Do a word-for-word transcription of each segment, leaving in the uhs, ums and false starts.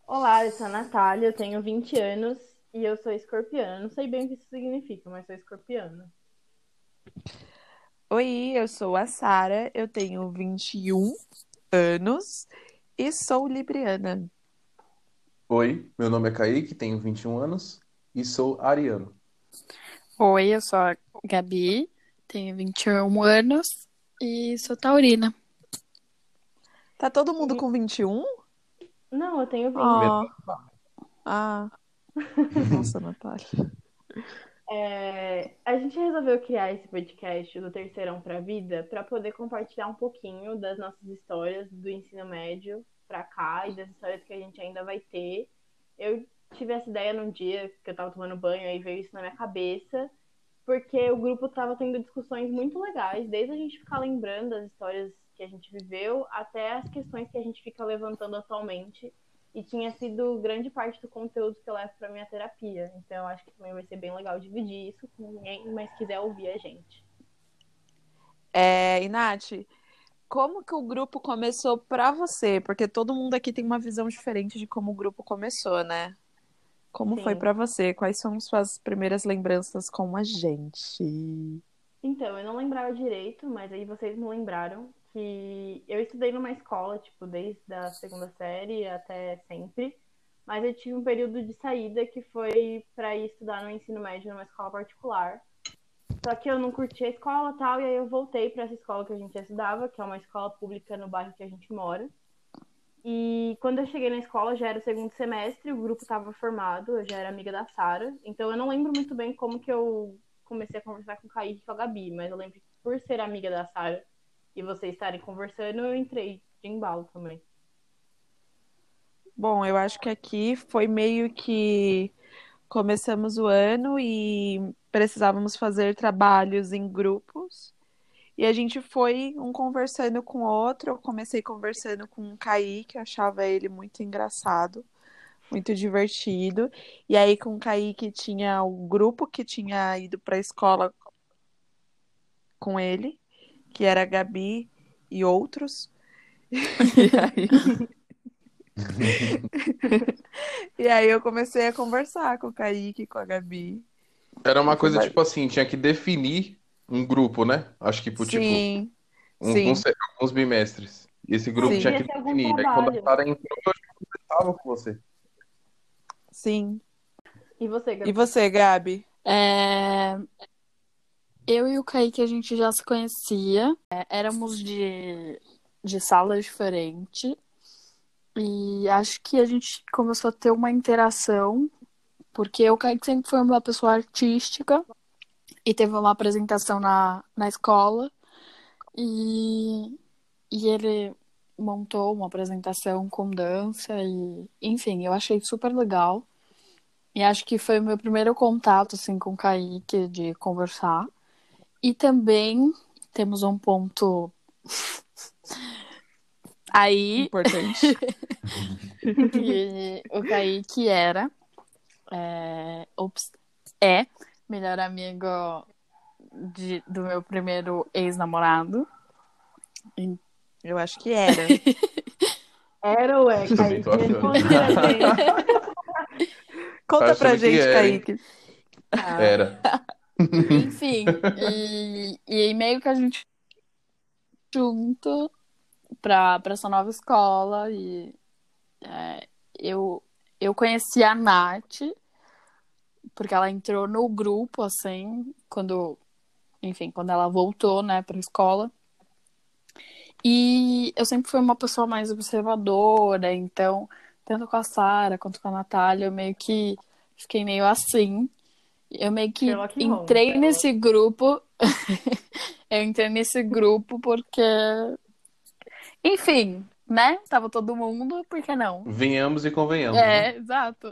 Olá, eu sou a Natália, eu tenho vinte anos e eu sou escorpiana. Não sei bem o que isso significa, mas sou escorpiana. Oi, eu sou a Sara, eu tenho vinte e um anos e sou libriana. Oi, meu nome é Kaique, tenho vinte e um anos e sou ariano. Oi, eu sou a Gabi, tenho vinte e um anos e sou taurina. Tá todo mundo E com vinte e um? não, eu tenho vinte. Menos Oh, ah, nossa, Natália. É, a gente resolveu criar esse podcast do Terceirão para a Vida para poder compartilhar um pouquinho das nossas histórias do ensino médio para cá e das histórias que a gente ainda vai ter. Eu tive essa ideia num dia que eu tava tomando banho e veio isso na minha cabeça, porque o grupo estava tendo discussões muito legais, desde a gente ficar lembrando das histórias que a gente viveu até as questões que a gente fica levantando atualmente. E tinha sido grande parte do conteúdo que eu levo para minha terapia. Então eu acho que também vai ser bem legal dividir isso com ninguém mais quiser ouvir a gente. É, e Nath, como que o grupo começou pra você? Porque todo mundo aqui tem uma visão diferente de como o grupo começou, né? Como foi Sim. pra você? Quais são suas primeiras lembranças com a gente? Então, eu não lembrava direito, mas aí vocês me lembraram que eu estudei numa escola, tipo, desde a segunda série até sempre. Mas eu tive um período de saída que foi para ir estudar no ensino médio numa escola particular. Só que eu não curti a escola e tal, e aí eu voltei para essa escola que a gente estudava, que é uma escola pública no bairro que a gente mora. E quando eu cheguei na escola, já era o segundo semestre, o grupo estava formado, eu já era amiga da Sara. Então eu não lembro muito bem como que eu comecei a conversar com o Kaique e com a Gabi, mas eu lembro que por ser amiga da Sara e vocês estarem conversando, eu entrei de embalo também. Bom, eu acho que aqui foi meio que começamos o ano e precisávamos fazer trabalhos em grupos. E a gente foi um conversando com o outro. Eu comecei conversando com o Kaique, eu achava ele muito engraçado, muito divertido. E aí com o Kaique tinha o grupo que tinha ido para a escola com ele, que era a Gabi e outros. E aí, e aí eu comecei a conversar com o Kaique, com a Gabi. Era E uma foi coisa ba- tipo assim, tinha que definir um grupo, né? Acho que por tipo, Sim, alguns, sim, alguns bimestres. E esse É, grupo tinha sim, devia que ser algum definir. Aí quando a trabalho. Sara entrou, eu já conversava com você. sim. E você, E Gabi? você, Gabi? É, eu e o Kaique a gente já se conhecia, é, éramos de, de sala diferente e acho que a gente começou a ter uma interação, porque o Kaique sempre foi uma pessoa artística e teve uma apresentação na, na escola e, e ele montou uma apresentação com dança e, enfim, eu achei super legal. E acho que foi o meu primeiro contato, assim, com o Kaique, de conversar. E também temos um ponto aí Importante. que o Kaique era, é, ops, é melhor amigo de, do meu primeiro ex-namorado. Eu acho que era. Era ou é, Também tô Kaique? achando. Responde pra gente. Tô Conta pra achando que gente, era, hein? Kaique. Ah, Era. Enfim, e, e meio que a gente junto pra, pra essa nova escola e é, eu, eu conheci a Nath porque ela entrou no grupo, assim, quando, enfim, quando ela voltou, né, pra escola. E eu sempre fui uma pessoa mais observadora, então, tanto com a Sara quanto com a Natália, eu meio que fiquei meio assim. Eu meio que Sherlock Holmes, entrei ela. nesse grupo, eu entrei nesse grupo porque, enfim, né? Tava todo mundo, por que não? Venhamos e convenhamos, né? É, exato.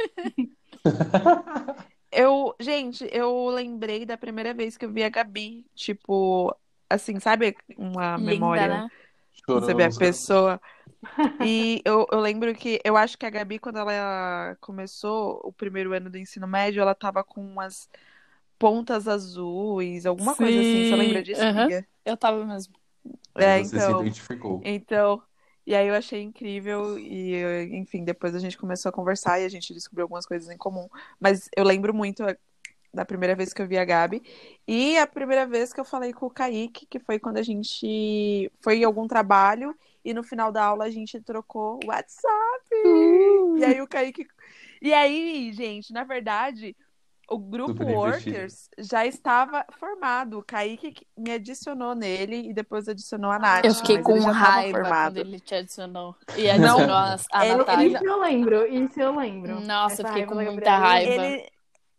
Eu, gente, eu lembrei da primeira vez que eu vi a Gabi. Tipo, assim, sabe uma Linda, memória? né? Você vê Chorando a nos cantos. pessoa. E eu, eu lembro que eu acho que a Gabi, quando ela começou o primeiro ano do ensino médio, ela tava com umas pontas azuis, alguma coisa assim. Você lembra Sim, disso, aham. amiga? Eu tava mesmo. Aí É, você se então. identificou. Então. E aí eu achei incrível e, enfim, depois a gente começou a conversar e a gente descobriu algumas coisas em comum. Mas eu lembro muito da primeira vez que eu vi a Gabi e a primeira vez que eu falei com o Kaique, que foi quando a gente foi em algum trabalho e no final da aula a gente trocou o WhatsApp. Uh. E aí o Kaique... E aí, gente, na verdade... O grupo Super investido. Workers já estava formado. O Kaique me adicionou nele e depois adicionou a Nath. Eu fiquei mas com ele já estava raiva quando formado. ele te adicionou. E adicionou a, a ele- Natália. Isso eu lembro, isso eu lembro. Nossa, eu Essa fiquei raiva com da muita Gabriela. raiva. Ele...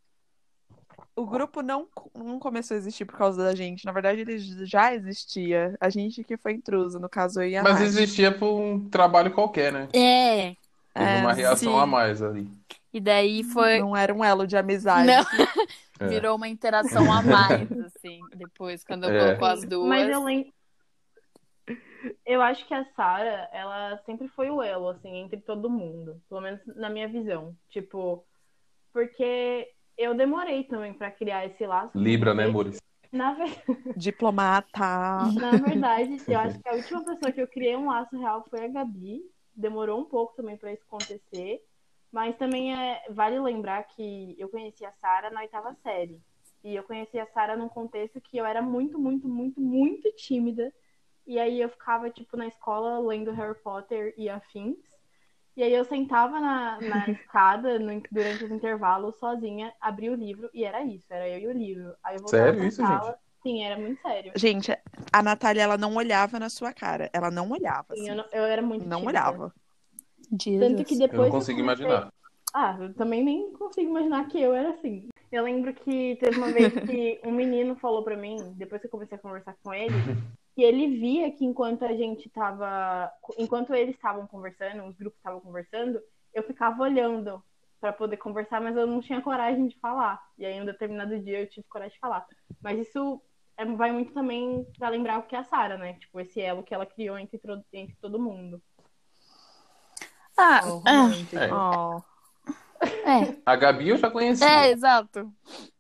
O grupo não, não começou a existir por causa da gente. Na verdade, ele já existia. A gente que foi intruso, no caso eu e a Mas Nath. existia por um trabalho qualquer, né? É, Teve É, uma reação sim. a mais ali. e daí foi. Não era um elo de amizade. Não, É. virou uma interação a mais, assim, depois, quando eu É. colocou as Sim, duas. Mas eu lembro. Eu acho que a Sarah, ela sempre foi o elo, assim, entre todo mundo. Pelo menos na minha visão. Tipo, porque eu demorei também pra criar esse laço. com Libra, né, vocês. amores? Na, ver- Diplomata. na verdade, eu acho que a última pessoa que eu criei um laço real foi a Gabi. Demorou um pouco também pra isso acontecer. Mas também é, vale lembrar que eu conheci a Sarah na oitava série. E eu conheci a Sarah num contexto que eu era muito, muito, muito, muito tímida. E aí eu ficava, tipo, na escola lendo Harry Potter e afins. E aí eu sentava na, na escada no- durante os intervalos sozinha, abria o livro e era isso, era eu e o livro. Aí eu voltava Sério pra isso, sala. gente? Sim, era muito sério. Gente, a Natália, ela não olhava na sua cara. Ela não olhava, Sim, assim. eu, não- eu era muito Não tímida. olhava. Tanto que Jesus. Eu depois não que consigo comecei- imaginar. Ah, eu também nem consigo imaginar que eu era assim. Eu lembro que teve uma vez que um menino falou pra mim, depois que eu comecei a conversar com ele, que ele via que enquanto a gente tava. Enquanto eles estavam conversando, os grupos estavam conversando, eu ficava olhando pra poder conversar, mas eu não tinha coragem de falar. E aí, em um determinado dia, eu tive coragem de falar. Mas isso é- vai muito também pra lembrar o que é a Sarah, né? Tipo, esse elo que ela criou entre, tro- entre todo mundo. Ah, Oh, ah, romântico. É. Oh. é. A Gabi eu já conhecia. É, exato.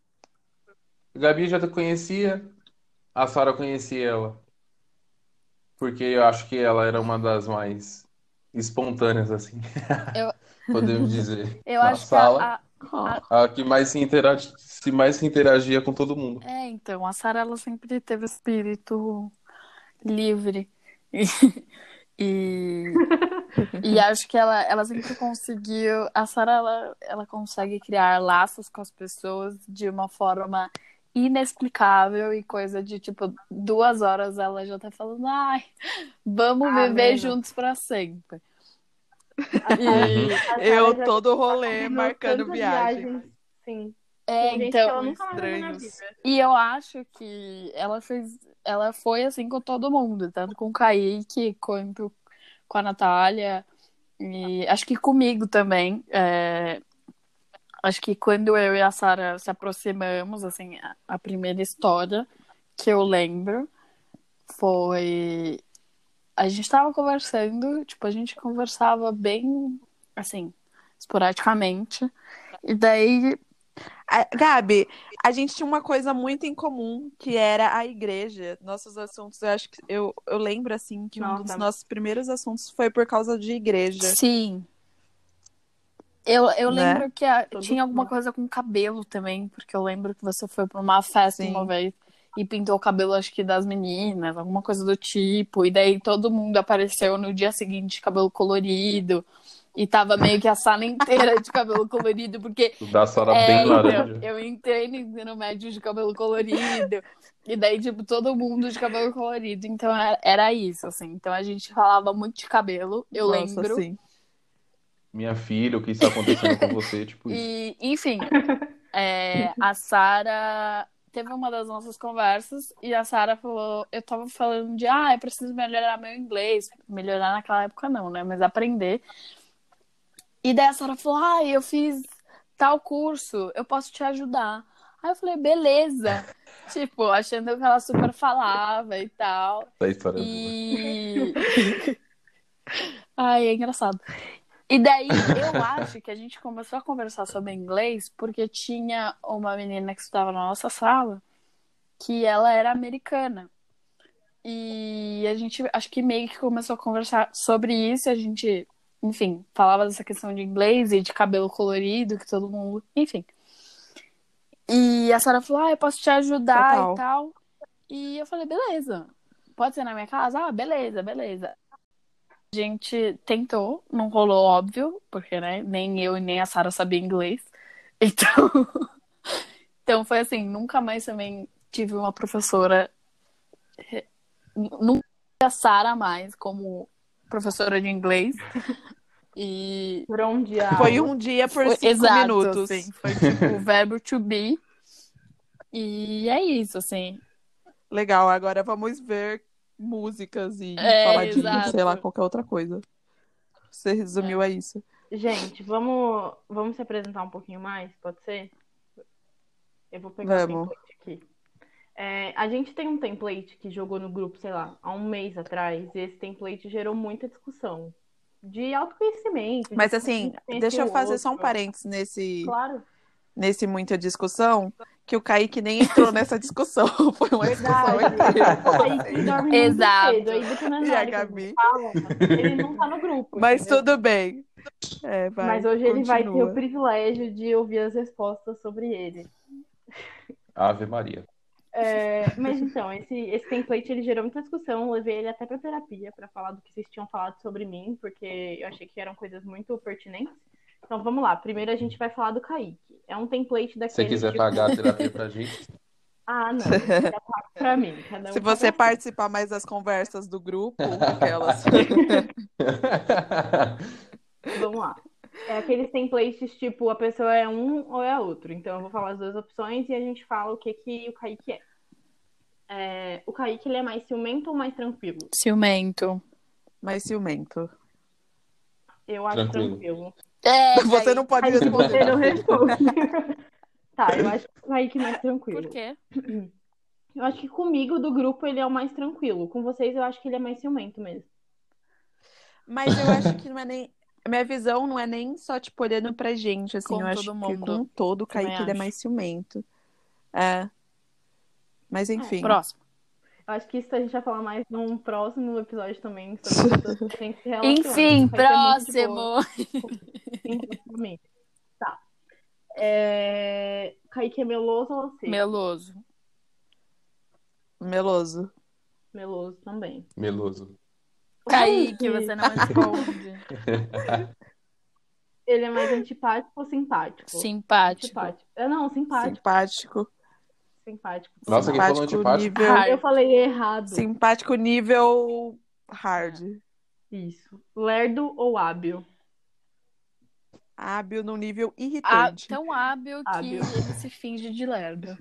A Gabi eu já conhecia. A Sarah conhecia ela. Porque eu acho que ela era uma das mais espontâneas, assim. Eu- Podemos dizer. Eu Na acho que sala. a, Oh. A que mais se, interagi... se mais se interagia com todo mundo. É, então, a Sarah, ela sempre teve espírito livre. E, e acho que ela, ela sempre conseguiu. A Sarah, ela, ela consegue criar laços com as pessoas de uma forma inexplicável e coisa de tipo, duas horas ela já tá falando, ai, vamos Ah, viver vendo. juntos pra sempre. Uhum. E, A Sarah Eu já todo rolê combinou marcando tantas viagem. viagens, sim. é, Com gente que ela então, nunca mais vai ver na estranhos. vida. e eu acho que ela fez, ela foi assim com todo mundo, tanto com o Kaique quanto com a Natália, e acho que comigo também. É, acho que quando eu e a Sarah se aproximamos, assim, a, a primeira história que eu lembro foi. A gente tava conversando, tipo, a gente conversava bem, assim, esporadicamente, e daí. A- Gabi, a gente tinha uma coisa muito em comum, que era a igreja. Nossos assuntos, eu acho que eu, eu lembro assim que um Nossa. dos nossos primeiros assuntos foi por causa de igreja. Sim. Eu, eu Né? lembro que a- Todo tinha alguma mundo. coisa com cabelo também, porque eu lembro que você foi pra uma festa Sim. uma vez e pintou o cabelo, acho que das meninas, alguma coisa do tipo, e daí todo mundo apareceu no dia seguinte de cabelo colorido, e tava meio que a sala inteira de cabelo colorido, porque O da Sarah é, bem então, laranja. eu entrei no ensino médio de cabelo colorido, e daí, tipo, todo mundo de cabelo colorido, então era, era isso, assim, então a gente falava muito de cabelo, eu Nossa, lembro. sim. Minha filha, o que está acontecendo com você? Tipo isso. E, enfim, é, a Sarah teve uma das nossas conversas e a Sarah falou, eu tava falando de, ah, eu preciso melhorar meu inglês. Melhorar naquela época não, né? Mas aprender. E daí a Sarah falou, ah, eu fiz tal curso, eu posso te ajudar. Aí eu falei, beleza. Tipo, achando que ela super falava e tal. Essa história é boa. E... Ai, é engraçado. E daí, eu acho que a gente começou a conversar sobre inglês porque tinha uma menina que estudava na nossa sala que ela era americana. E a gente, acho que meio que começou a conversar sobre isso. A gente, enfim, falava dessa questão de inglês e de cabelo colorido, que todo mundo... Enfim. E a Sarah falou, ah, eu posso te ajudar Total. e tal. E eu falei, beleza. Pode ser na minha casa? Ah, beleza, beleza. A gente tentou, não rolou, óbvio, porque, né, nem eu e nem a Sarah sabia inglês. Então, então foi assim, nunca mais também tive uma professora, nunca a Sarah mais como professora de inglês. E Por um dia. Foi um dia por foi cinco exato, minutos. assim, foi tipo o verbo to be. E é isso, assim. Legal, agora vamos ver músicas e É, falar de, exato. sei lá, qualquer outra coisa. Você resumiu a isso. Gente, vamos, vamos se apresentar um pouquinho mais, pode ser? Eu vou pegar o Vamos. template aqui. É, a gente tem um template que jogou no grupo, sei lá, há um mês atrás, e esse template gerou muita discussão. De autoconhecimento. Mas de assim, conhecer deixa eu o fazer só um outro. parênteses nesse, Claro. nesse muita discussão, que o Kaique nem entrou nessa discussão. Foi uma discussão Verdade. entre eu e O Kaique você. dorme muito Exato. cedo. Aí, dependendo E da a hora que Gabi? ele fala, ele não tá no grupo. Mas entendeu? tudo bem. É, vai, Mas hoje ele vai ter continua. o privilégio de ouvir as respostas sobre ele. Ave Maria. É, mas então, esse, esse template ele gerou muita discussão. Eu levei ele até pra terapia pra falar do que vocês tinham falado sobre mim, porque eu achei que eram coisas muito pertinentes. Então vamos lá. Primeiro a gente vai falar do Kaique. É um template Se daquele. você quiser tipo- pagar a terapia pra gente, Ah, não. Já paga pra mim. Cada um Se paga você pra si. participar mais das conversas do grupo, aquelas. Vamos lá. É aqueles templates tipo a pessoa é um ou é outro. Então eu vou falar as duas opções e a gente fala o que, que o Kaique é. É, o Kaique ele é mais ciumento ou mais tranquilo? Ciumento. mais ciumento. Eu acho Tranquilo. tranquilo. É, Você Kaique. não pode Aí responder. você não responde. Tá, eu acho que o Kaique é mais tranquilo. Por quê? Eu acho que comigo do grupo ele é o mais tranquilo. Com vocês eu acho que ele é mais ciumento mesmo. Mas eu acho que não é nem. Minha visão não é nem só, tipo, olhando pra gente, assim. Com eu acho todo que mundo. com um todo, o Também Kaique ele é acho. mais ciumento. É. Mas enfim. Próximo. Eu acho que isso a gente vai falar mais num próximo episódio também sobre pessoas que têm que se relacionar. Enfim, O Kaique é muito de próximo. boa. Sim, tá. É... Kaique é meloso ou seco? Meloso. Meloso. Meloso também. Meloso. O Kaique, você não responde. Ele é mais antipático ou simpático? Simpático. Antipático. É, não, simpático. Simpático. Simpático. Nossa, quem falou Simpático antipático? nível. Hard. Eu falei errado. Simpático nível hard. Isso. Lerdo ou hábil? Hábil no nível Ah, irritante. tão hábil que Hábil. ele se finge de lerdo.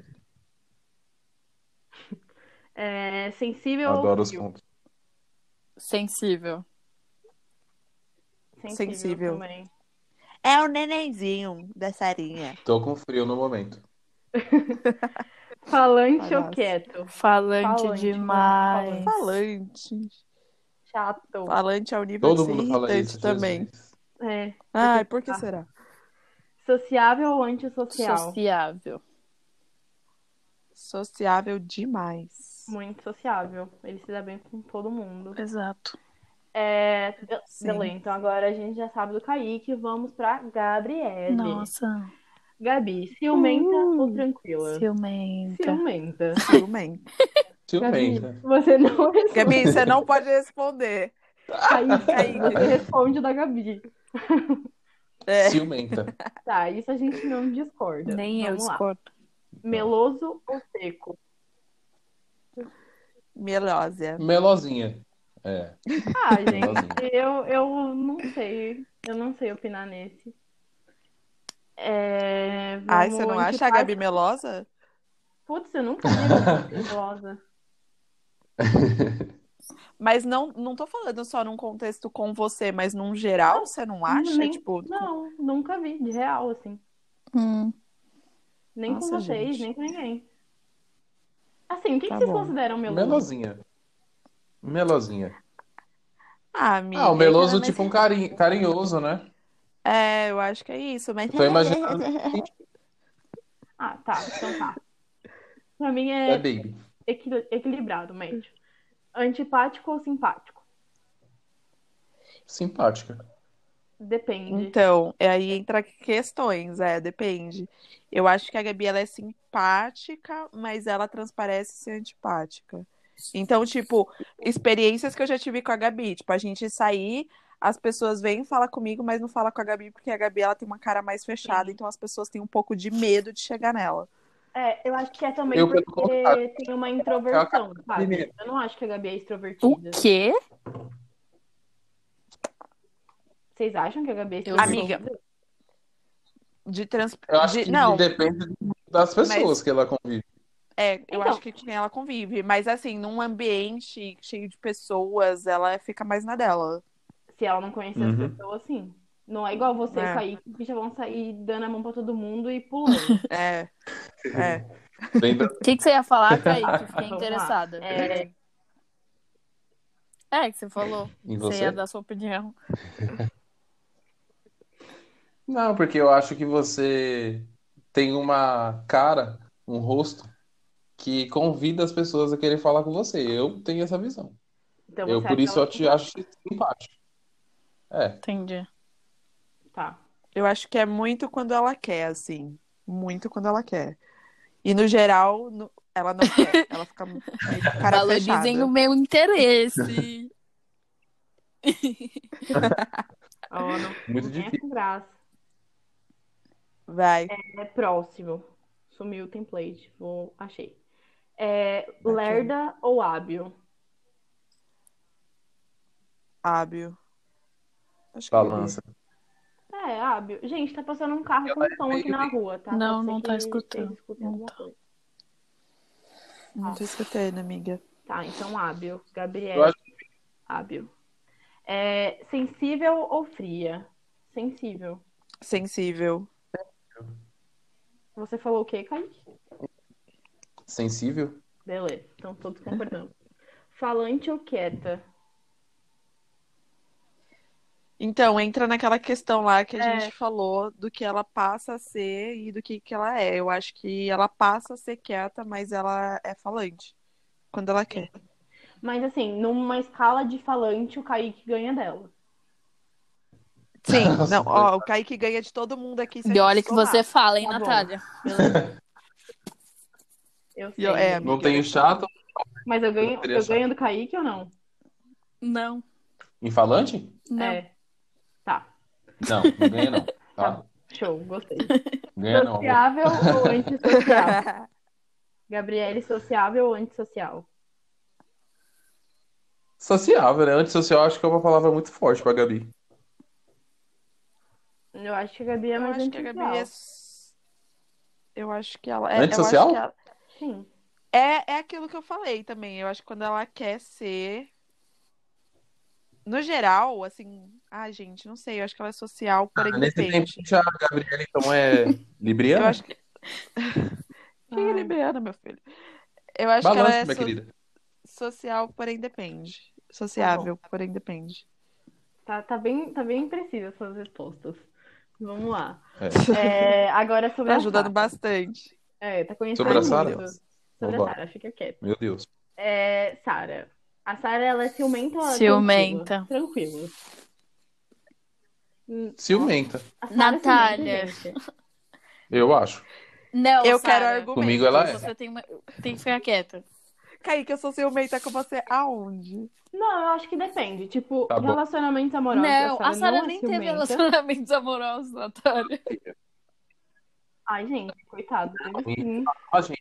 É, sensível Adoro ou os frio? pontos. Sensível. Sensível, Sensível. também. É o nenenzinho da Sarinha. Tô com frio no momento. Falante ou Palhaço. quieto? Falante, Falante, demais. Falante. Chato. Falante ao nível Todo de ser mundo fala irritante isso, também. Jesus. É. Ai, por que será? Sociável ou antissocial? Sociável. Sociável demais. Muito sociável. Ele se dá bem com todo mundo. Exato. É, be- Sim. beleza, então agora a gente já sabe do Kaique. Vamos pra Gabriele. Nossa. Gabi, ciumenta Uh, ou tranquila? Ciumenta. Ciumenta. Ciumento. Gabi, Ciumenta. você não responde. Gabi, você não pode responder. Kaique, Kaique. você responde da Gabi. É. Ciumenta. Tá, isso a gente não discorda. Nem eu Vamos lá. discordo. Meloso ou seco? Melósia. Melosinha. É. Ah, gente, Melosinha. eu, eu não sei. Eu não sei opinar nesse. É, Ai, vamos você não acha a antipático. Gabi melosa? Putz, eu nunca vi a Gabi melosa. Mas não, não tô falando só num contexto com você, mas num geral, você não acha? Nem- Tipo, Não, nunca vi, de real, assim. Hum. Nem com Nossa, vocês, gente. nem com ninguém. Assim, o que, Tá que vocês bom. consideram meloso? Melosinha. Melosinha. ah, amiga. Ah, o meloso, é que tipo um carinho, carinhoso, né? É, eu acho que é isso, mas... Tô imaginando. Ah, tá, então tá. Pra mim É é baby. equil- equilibrado, médio. Antipático ou simpático? Simpática. Depende. Então, é aí entra questões, é, depende. Eu acho que a Gabi, ela é simpática, mas ela transparece ser antipática. Então, tipo, experiências que eu já tive com a Gabi, tipo, a gente sair, as pessoas vêm e falam comigo, mas não falam com a Gabi, porque a Gabi, ela tem uma cara mais fechada, Sim. então as pessoas têm um pouco de medo de chegar nela. É, eu acho que é também Eu, pelo contrário, porque tem uma aquela introversão, cara sabe? menina. Eu não acho que a Gabi é O extrovertida. quê? Vocês acham que a Gabi é Eu extrovertida? Amiga, de trans... Eu acho de... que Não, depende das pessoas mas que ela convive. é, eu Então, acho que quem ela convive, mas assim, num ambiente cheio de pessoas, ela fica mais na dela. se ela não conhecer as Uhum. pessoas, sim. Não é igual você e o É, Kaique, que já vão sair dando a mão pra todo mundo e pulando. é, é. Bem da- O que, que você ia falar, Tá, Kaique? Fiquei vamos lá. interessada. É, É, que você falou. Em Você ia você? dar sua opinião. Não, porque eu acho que você tem uma cara, um rosto que convida as pessoas a querer falar com você. Eu tenho essa visão. então Eu, você por acha isso, ela eu te acho simpático. É. Entendi. Tá. Eu acho que é muito quando ela quer, assim. Muito quando ela quer. E no geral, no- ela não quer. Ela fica meio com cara Valorizem o fechada. meu interesse. Ó, não, Muito não venha difícil. com graça. Vai. É próximo. Sumiu o template. Vou... Achei. É, Aqui. lerda ou hábil? Hábil. Acho que é. Balança. É, hábil. Gente, tá passando um carro com som aqui na rua, tá? Não, Pode ser não tá que escutando. vocês escutem Não alguma tá. coisa. Não tô escutando, amiga. Tá, então hábil. Eu Gabriel, acho hábil. É, sensível ou fria? Sensível. Sensível. Você falou o quê, Kaique? sensível. Beleza, então todos concordamos. Falante ou quieta? Então, entra naquela questão lá que a É. gente falou do que ela passa a ser e do que, que ela é. Eu acho que ela passa a ser quieta, mas ela é falante. Quando ela quer. Mas assim, numa escala de falante, o Kaique ganha dela. Sim, Nossa, não, ó, o Kaique ganha de todo mundo aqui se a E gente olha que somar. você fala, hein, Tá bom. Natália? Beleza. Eu sei. E eu- é, gente. Não amiga. tenho chato Mas eu ganho, Eu teria eu achado. ganho do Kaique ou não? Não, em falante? não. É. Tá. Não, não ganha não. Tá Tá? bom. Show, gostei. Ganha não. amor. Sociável ou antissocial? Gabriele, sociável ou antissocial? Sociável, né? Antissocial acho que é uma palavra muito forte pra Gabi. Eu acho que a Gabi é Eu mais acho que a antissocial. Gabi é. s- Eu acho que ela é. Eu acho Antissocial? que ela. Sim. É, é aquilo que eu falei também. Eu acho que quando ela quer ser. No geral, assim. Ai, gente, não sei. Eu acho que ela é social, porém Ah, nesse tempo, depende. a Gabriela então é Eu libriana? acho que. Quem é Ai. libriana, meu filho? Eu acho que ela Balança, é minha so- querida. social, porém depende. Sociável, porém depende. Tá, tá bem, tá bem precisa essas respostas. Vamos lá. É. É, agora sobre Tá a ajudando Sara. bastante. É, tá conhecendo Sobre a muito. Sara? Sobre a Vambora. Sara, fica quieta. Meu Deus. É, Sara. A Sara, ela é ciumenta ou ela é Ciumenta. tranquila? Tranquila. Hum, Ciumenta, A Sara é Natália. ciumenta, gente. eu acho. Não, Eu quero Sara, argumentos. Comigo ela é. Você tem, uma- tem que ficar quieta. Kaique, eu sou ciumenta com você aonde? Não, eu acho que depende. Tipo, Tá bom. relacionamentos amorosos. Não, a Sara não é nem teve ciumenta. relacionamentos amorosos, Natália. Ai, gente, coitado. Teve sim. Ah, gente,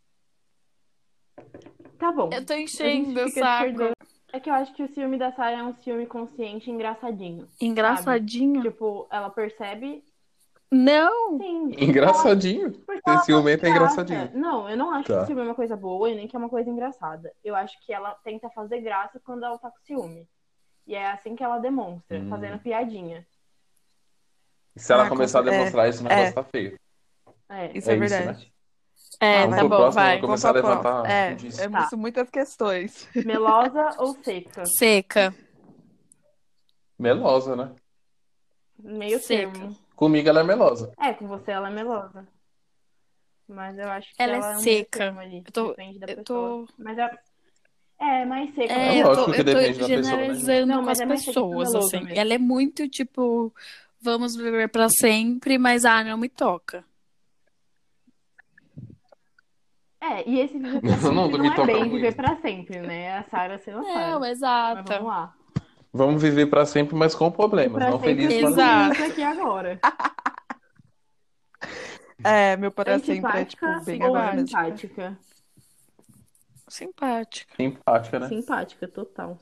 Tá bom. Eu tô A gente enchendo o fica saco. discordando. É que eu acho que o ciúme da Sara é um ciúme consciente e engraçadinho. Engraçadinho. Tipo, ela percebe. Não, Sim. engraçadinho. Porque Ser ela ciumento é acha engraçadinho. graça. Não, eu não acho Tá. que ciúme é uma coisa boa e nem que é uma coisa engraçada. Eu acho que ela tenta fazer graça quando ela tá com ciúme. E é assim que ela demonstra, Hum. fazendo piadinha. E se ela Ah, começar a com- é, demonstrar isso, o negócio é. tá feio. É. Isso é, É isso, verdade. né? é, Vamos tá pro bom, próximo, vai. eu vou começar a Vamos pra levantar prova. É, indícios. é Tá. isso, muitas questões. Melosa ou seca? Seca. Melosa, né? Meio Seca. termo. Comigo ela é melosa. É, com você ela é melosa. Mas eu acho que Ela é ela é um meio seca. termo ali. Eu tô- Depende da eu pessoa. tô- Mas é- É, mais seca. É É, eu tô, lógico que eu tô depende da pessoa, né, gente? generalizando Não, com mas as é mais seca que pessoas, meloso assim. mesmo. Ela é muito, tipo, vamos viver pra sempre, mas ah, não me toca. É, e esse viver pra Não, sempre não não me é toca bem viver muito. pra sempre, né? A Sarah sendo a Não, Sarah. Mas vamos exato. lá. Vamos viver pra sempre, mas com E problemas, pra não sempre os felizes para cinco sempre. minutos Exato. aqui agora. É, meu para sempre é, tipo, Antipática bem ou agora mesmo. Simpática. simpática? Simpática. Simpática, né? Simpática, total.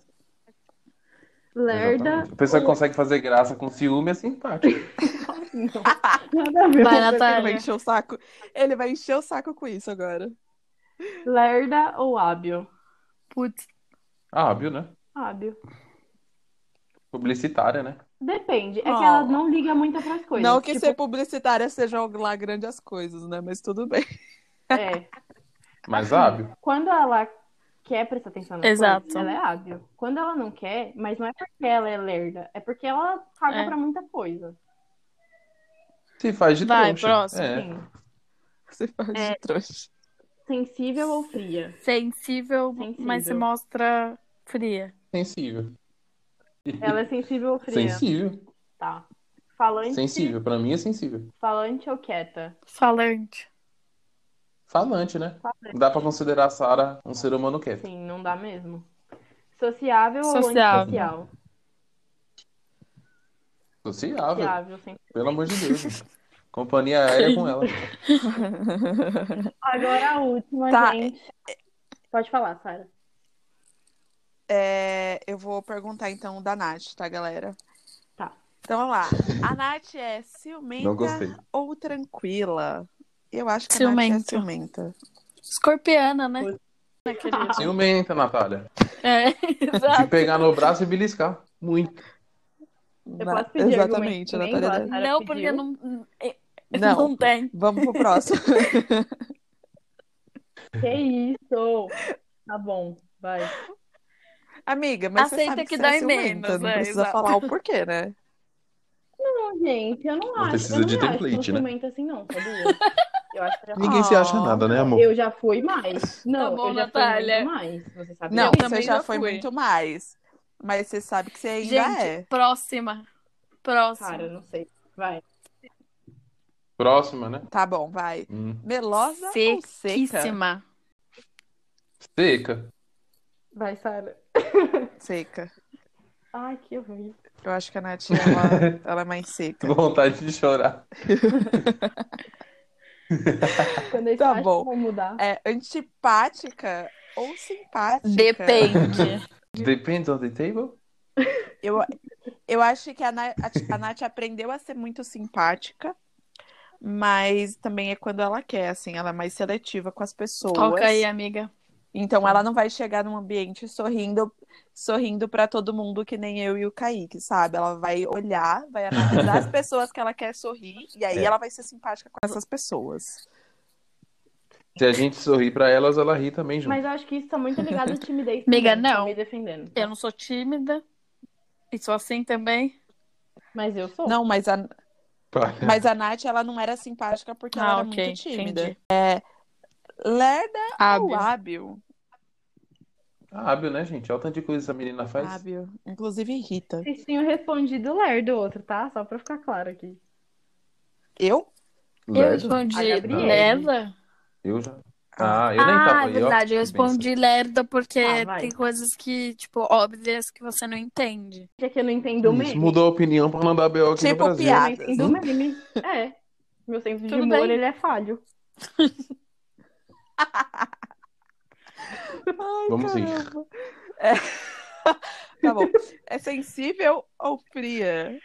Lerda Exatamente. A pessoa que ou... consegue fazer graça com ciúme é simpática. Não, nada a ver. Vai, Ele vai Natália. encher o saco. Ele vai encher o saco com isso agora. Lerda ou hábil? Putz, Hábil, né? Hábil. Publicitária, né? Depende. É que ela Oh. não liga muito pras coisas. Não que Tipo, ser publicitária seja lá grande as coisas, né? Mas tudo bem. é. Mas Assim, hábil. quando ela quer prestar atenção nas exato. coisas, ela é hábil. Quando ela não quer, mas não é porque ela é lerda, é porque ela caga É. pra muita coisa. Se faz de Vai, trouxa. próximo. É. Sim. Você faz É. de trouxa. Sensível ou fria? Sensível, mas se Sensível. mostra fria. Sensível. Ela é sensível ou fria? Sensível. Tá. Falante, Sensível. Pra mim é sensível. falante ou quieta? Falante. Falante, né? Falante. Dá pra considerar a Sarah um ser humano quieto. Sim, não dá mesmo. Sociável ou Sociável. antissocial? Sociável. Sociável, sempre. Pelo amor de Deus, gente. Companhia aérea com ela. Agora a última, Tá. gente. Pode falar, Sarah. É, eu vou perguntar então da Nath, tá, galera? Tá. Então, vamos lá. A Nath é ciumenta Não gostei. ou tranquila? Eu acho que a Ciumenta. Nath é ciumenta. Escorpiana, né? Putz. Querida. Ciumenta, Natália. É, De exato. pegar no braço e beliscar. Muito. Eu Na- posso pedir Exatamente, a argumento também, Natália. igual a Sarah Não, pediu? porque não, Não. não tem. Vamos pro próximo. Que isso? Tá bom, vai. Amiga, mas você Aceita sabe que que você dói é ciumenta, menos, não é, precisa exato. falar o porquê, né? Não, gente, eu não Não acho. precisa Eu não de me acho tão template, né? ciumenta assim, não, sabia? Eu acho que eu já Ninguém se acha Ah, nada, né, Não, amor? eu já fui mais. Não, bom, eu já Natália. fui muito mais. Você sabe Não, Eu disso? você também já já foi fui. muito mais. Mas você sabe que você ainda Gente, é. próxima. Próxima. Cara, não sei. Vai. Próxima, né? Tá bom, vai. Hum. Melosa ou seca? Sequíssima. Seca. Vai, Sarah. Seca. Ai, que horrível. Eu acho que a Nath, ela, ela é mais seca. Vontade de chorar. Quando eles Tá acham bom. que vão mudar. É antipática ou simpática? Depende. Depends on the table? Eu, eu acho que a, Na- a, a Nath aprendeu a ser muito simpática, mas também é quando ela quer, assim, ela é mais seletiva com as pessoas. Toca aí, amiga. Então ela não vai chegar num ambiente sorrindo, sorrindo para todo mundo que nem eu e o Kaique, sabe? Ela vai olhar, vai analisar as pessoas que ela quer sorrir e aí É. ela vai ser simpática com essas pessoas. Se a gente sorrir pra elas, ela ri também junto. Mas eu acho que isso tá muito ligado à timidez Amiga, também. Tô não. me defendendo. Eu não sou tímida. E sou assim também. Mas eu sou. Não, mas a, Pá. mas a Nath, ela não era simpática porque ela Ah, era ok. muito tímida. Entendi. Lerda ou Hábil. hábil? Hábil, né, gente? Olha o tanto de coisa que essa menina faz. Hábil. Inclusive irrita. Vocês tinham respondido lerdo o outro, tá? Só pra ficar claro aqui. Eu? Eu Lerdo? respondi A Gabriele. lerda. Eu já. Ah, eu nem Ah, tava é aí, ó. verdade. Eu Que respondi lerda porque Ah, vai. tem coisas que, tipo, óbvias que você não entende. É que eu não entendo o benção. Isso, meme. mudou a opinião pra não dar B O aqui no Tipo Brasil. Eu não piadas. entendo o meme. É. Meu senso de Tudo humor, bem. ele é falho. Ai, Vamos ir. caramba. É. Tá bom. É sensível ou fria?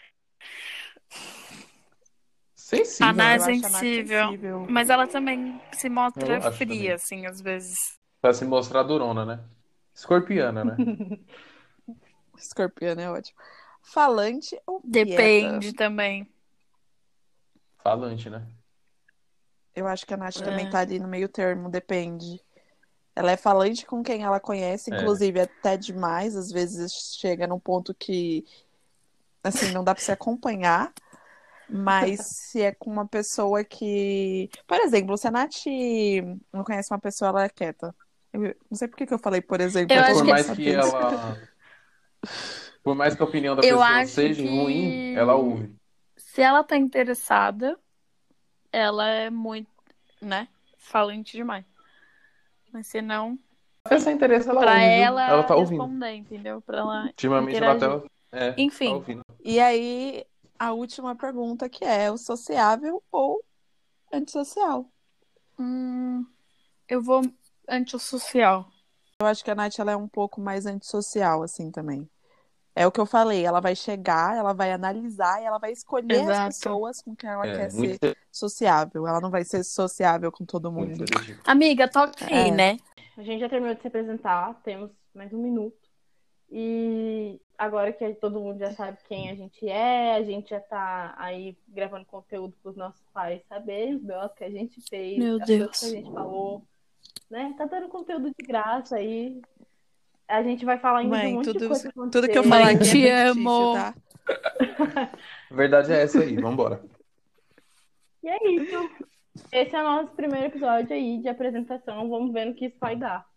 Sensível, A Nath Eu né? acho a Nath sensível. sensível. Mas ela também se mostra Eu acho fria, também. assim, às vezes. Pra se mostrar durona, né? Escorpiana, né? Escorpião é ótimo. Falante ou quieta? Depende também. Falante, né? Eu acho que a Nath É. também tá ali no meio termo, depende. Ela é falante com quem ela conhece, É. inclusive até demais. Às vezes chega num ponto que, assim, não dá pra se acompanhar. Mas se é com uma pessoa que... Por exemplo, se a Nath não conhece uma pessoa, ela é quieta. Eu não sei por que que eu falei, por exemplo, Eu eu Mas tô acho por que mais nessa que brisa. ela. Por mais que a opinião da Eu pessoa acho seja ruim, ela que ouve. se ela tá interessada, ela é muito, né, falante demais. Mas se não, Se a pessoa interessa, ela pra ouve, viu? Ela ela tá ouvindo. responder, entendeu? Pra ela Ultimamente ela interagir. até. É, tá Enfim, ouvindo. E aí, a última pergunta que é o sociável ou antissocial? hum, eu vou antissocial. Eu acho que a Nath ela é um pouco mais antissocial, assim, também. É o que eu falei, ela vai chegar, ela vai analisar e ela vai escolher as Exato. pessoas com quem ela É, quer muito, ser sociável. Ela não vai ser sociável com todo muito mundo. seletivo. Amiga, toca aí, É. né? A gente já terminou de se apresentar, temos mais um minuto. E agora que todo mundo já sabe quem a gente é, a gente já tá aí gravando conteúdo para os nossos pais saberem os B Os que a gente fez, Meu as coisas que a Deus. gente falou, né? Tá dando conteúdo de graça aí. A gente vai falar ainda de um Mãe, monte de tudo, coisa que tudo que eu aconteceu. falar Mãe, aqui é te fictício, amo. tá? A verdade é essa aí, vambora. E é isso. Esse é o nosso primeiro episódio aí de apresentação. Vamos ver no que isso vai dar.